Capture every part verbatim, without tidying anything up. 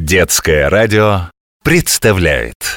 Детское радио представляет.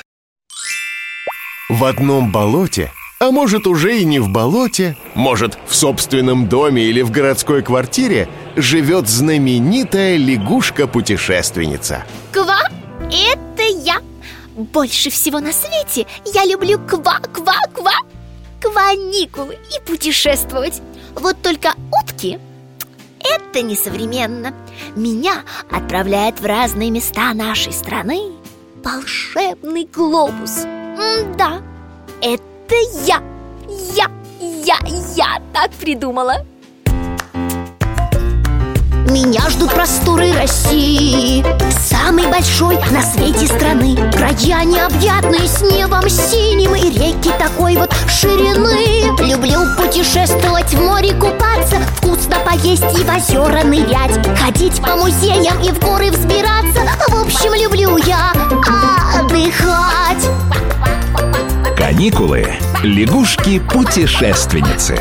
В одном болоте, а может уже и не в болоте, может в собственном доме или в городской квартире, живет знаменитая лягушка-путешественница. Ква, это я! Больше всего на свете я люблю ква-ква-ква, каникулы и путешествовать. Вот только утки — это несовременно. Меня отправляет в разные места нашей страны волшебный глобус. М-да, это я, я, я, я так придумала. Меня ждут просторы России, самой большой на свете страны. Края необъятные с небом синим и реки такой вот ширины. Люблю путешествовать, в море купаться, вкусно поесть и в озера нырять, ходить по музеям и в горы взбираться. В общем, люблю я отдыхать. Каникулы. Лягушки-путешественницы.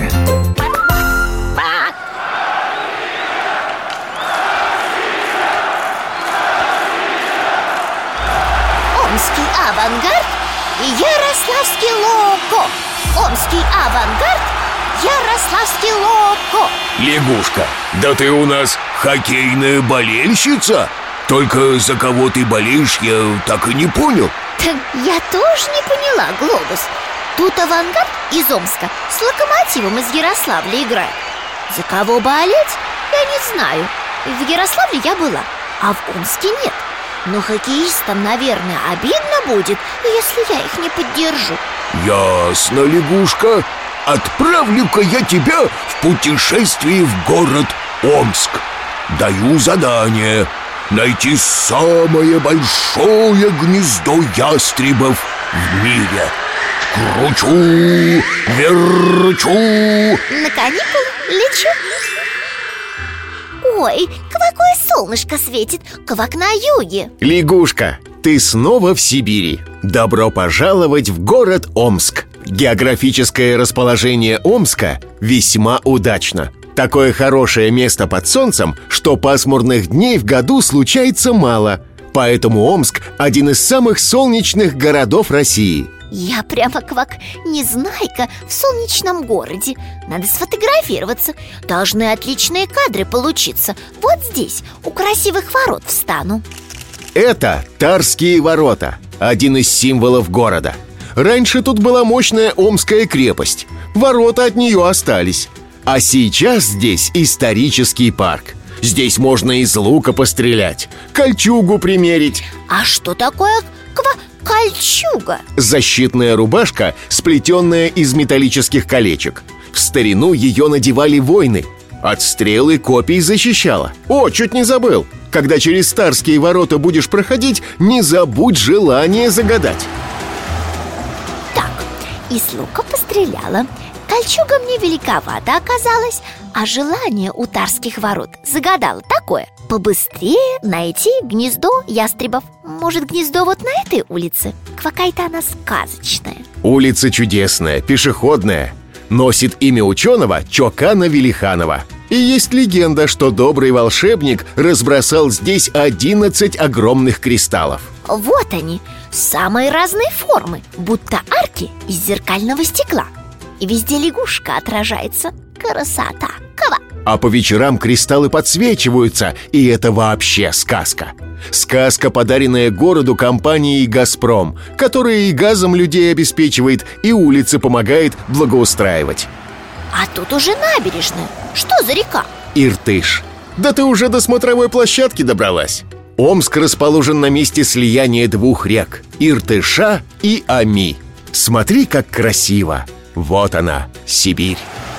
Омский авангард и Ярославский локо. Омский авангард, Ярославский локо. Лягушка, да ты у нас хоккейная болельщица? Только за кого ты болеешь, я так и не понял. Я тоже не поняла, глобус. Тут авангард из Омска с Локомотивом из Ярославля играет. За кого болеть, я не знаю. В Ярославле я была, а в Омске нет. Но хоккеистам, наверное, обидно будет, если я их не поддержу. Ясно, лягушка. Отправлю-ка я тебя в путешествие в город Омск. Даю задание: найти самое большое гнездо ястребов в мире. Кручу, верчу. На каникулы лечу. Ой, какое солнышко светит, как на юге. Лягушка, ты снова в Сибири. Добро пожаловать в город Омск. Географическое расположение Омска весьма удачно. Такое хорошее место под солнцем, что пасмурных дней в году случается мало. Поэтому Омск – один из самых солнечных городов России. Я прямо квак незнайка в солнечном городе. Надо сфотографироваться. Должны отличные кадры получиться. Вот здесь, у красивых ворот встану. Это Тарские ворота, один из символов города. Раньше тут была мощная Омская крепость. Ворота от нее остались. А сейчас здесь исторический парк. Здесь можно из лука пострелять, кольчугу примерить. А что такое ква... кольчуга? Защитная рубашка, сплетенная из металлических колечек. В старину ее надевали воины. От стрел и копий защищала. О, чуть не забыл. Когда через Тарские ворота будешь проходить, не забудь желание загадать. Так, из лука постреляла. Кольчуга мне великовато оказалась, а желание у Тарских ворот загадала такое: побыстрее найти гнездо ястребов. Может, гнездо вот на этой улице? Какая-то она сказочная. Улица чудесная, пешеходная. Носит имя ученого Чокана Велиханова. И есть легенда, что добрый волшебник разбросал здесь одиннадцать огромных кристаллов. Вот они, самые разные формы, будто арки из зеркального стекла. И везде лягушка отражается. Красота! Кава! А по вечерам кристаллы подсвечиваются, и это вообще сказка. Сказка, подаренная городу компанией «Газпром», которая и газом людей обеспечивает, и улицы помогает благоустраивать. А тут уже набережная. Что за река? Иртыш. Да ты уже до смотровой площадки добралась. Омск расположен на месте слияния двух рек – Иртыша и Оми. Смотри, как красиво. Вот она, Сибирь.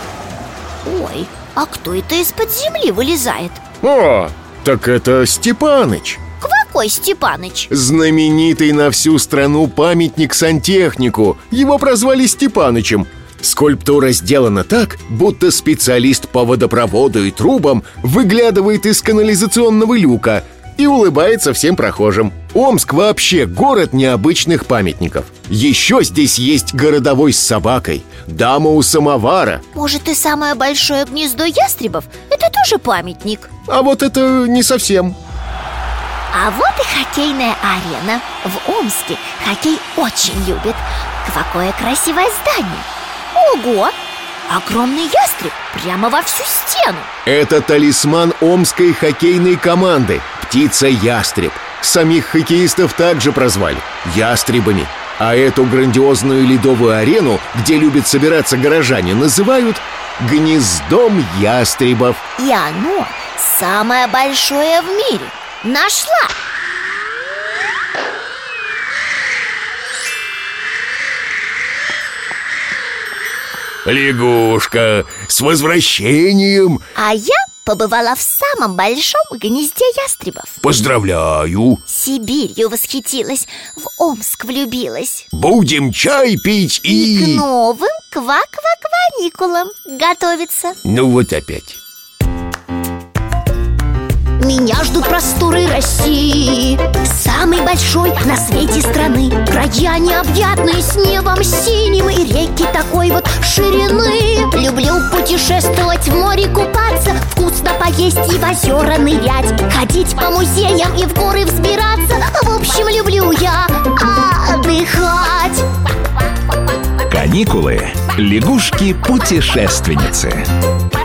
Ой, а кто это из-под земли вылезает? О, так это Степаныч. Какой Степаныч? Знаменитый на всю страну памятник сантехнику. Его прозвали Степанычем. Скульптура сделана так, будто специалист по водопроводу и трубам выглядывает из канализационного люка и улыбается всем прохожим. Омск вообще город необычных памятников. Еще здесь есть городовой с собакой, дама у самовара. Может, и самое большое гнездо ястребов? Это тоже памятник? А вот это не совсем. А вот и хоккейная арена. В Омске хоккей очень любят. Какое красивое здание! Ого! Огромный ястреб прямо во всю стену. Это талисман омской хоккейной команды – птица-ястреб. Самих хоккеистов также прозвали ястребами. А эту грандиозную ледовую арену, где любят собираться горожане, называют гнездом ястребов. И оно самое большое в мире. Нашла! Лягушка, с возвращением! А я побывала в самом большом гнезде ястребов. Поздравляю! Сибирью восхитилась, в Омск влюбилась. Будем чай пить и... И к новым ква-ква-кваникулам готовиться. Ну вот опять. Меня ждут просторы России, самой большой на свете страны. Края необъятные с небом синим и реки такой вот ширины. Люблю путешествовать, в море купаться, вкусно поесть и в озера нырять, ходить по музеям и в горы взбираться. В общем, люблю я отдыхать. Каникулы. Лягушки-путешественницы.